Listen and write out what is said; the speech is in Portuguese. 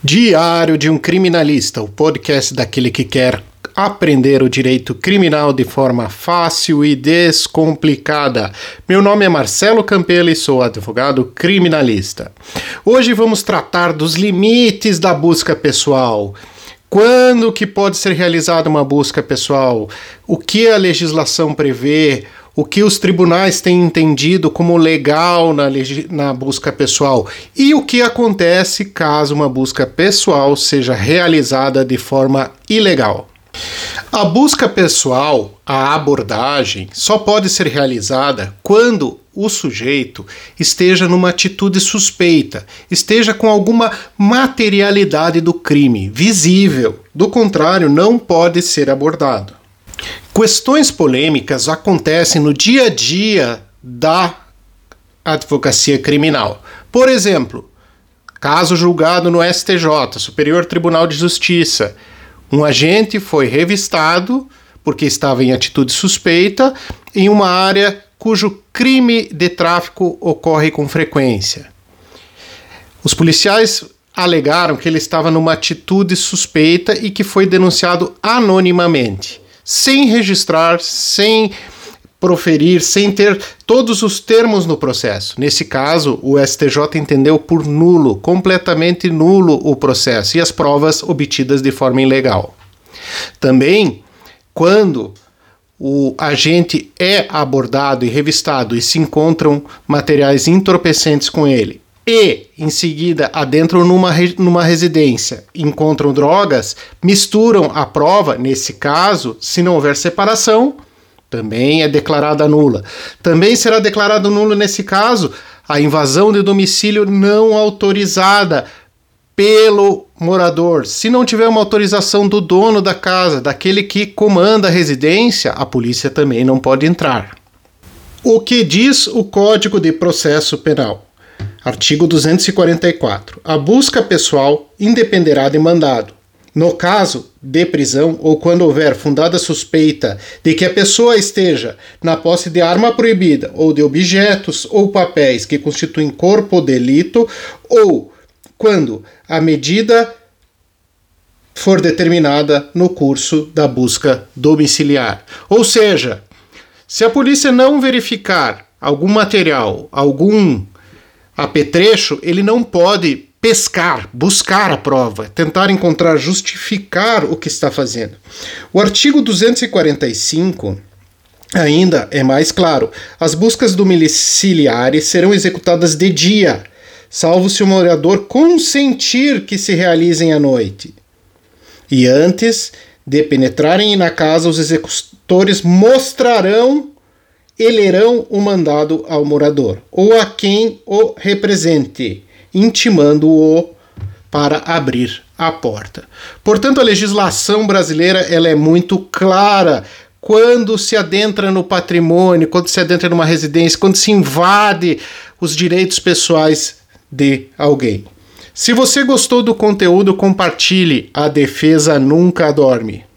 Diário de um Criminalista, o podcast daquele que quer aprender o direito criminal de forma fácil e descomplicada. Meu nome é Marcelo Campelo e sou advogado criminalista. Hoje vamos tratar dos limites da busca pessoal. Quando que pode ser realizada uma busca pessoal? O que a legislação prevê? O que os tribunais têm entendido como legal na busca pessoal? E o que acontece caso uma busca pessoal seja realizada de forma ilegal? A busca pessoal, a abordagem, só pode ser realizada quando o sujeito esteja numa atitude suspeita, esteja com alguma materialidade do crime visível. Do contrário, não pode ser abordado. Questões polêmicas acontecem no dia a dia da advocacia criminal. Por exemplo, caso julgado no STJ, Superior Tribunal de Justiça. Um agente foi revistado porque estava em atitude suspeita em uma área cujo crime de tráfico ocorre com frequência. Os policiais alegaram que ele estava numa atitude suspeita e que foi denunciado anonimamente, sem registrar, sem proferir, sem ter todos os termos no processo. Nesse caso, o STJ entendeu por nulo, completamente nulo o processo e as provas obtidas de forma ilegal. Também, quando o agente é abordado e revistado e se encontram materiais entorpecentes com ele, e, em seguida, adentram numa residência, encontram drogas, misturam a prova, nesse caso, se não houver separação, também é declarada nula. Também será declarado nulo, nesse caso, a invasão de domicílio não autorizada pelo morador. Se não tiver uma autorização do dono da casa, daquele que comanda a residência, a polícia também não pode entrar. O que diz o Código de Processo Penal? Artigo 244. A busca pessoal independerá de mandado. No caso de prisão ou quando houver fundada suspeita de que a pessoa esteja na posse de arma proibida ou de objetos ou papéis que constituem corpo ou delito, ou quando a medida for determinada no curso da busca domiciliar. Ou seja, se a polícia não verificar algum material, algum apetrecho, ele não pode pescar, buscar a prova, tentar encontrar, justificar o que está fazendo. O artigo 245 ainda é mais claro. As buscas domiciliares serão executadas de dia, salvo se o morador consentir que se realizem à noite. E antes de penetrarem na casa, os executores mostrarão e lerão o mandado ao morador, ou a quem o represente, intimando-o para abrir a porta. Portanto, a legislação brasileira ela é muito clara. Quando se adentra no patrimônio, quando se adentra numa residência, quando se invade os direitos pessoais de alguém. Se você gostou do conteúdo, compartilhe. A defesa nunca dorme.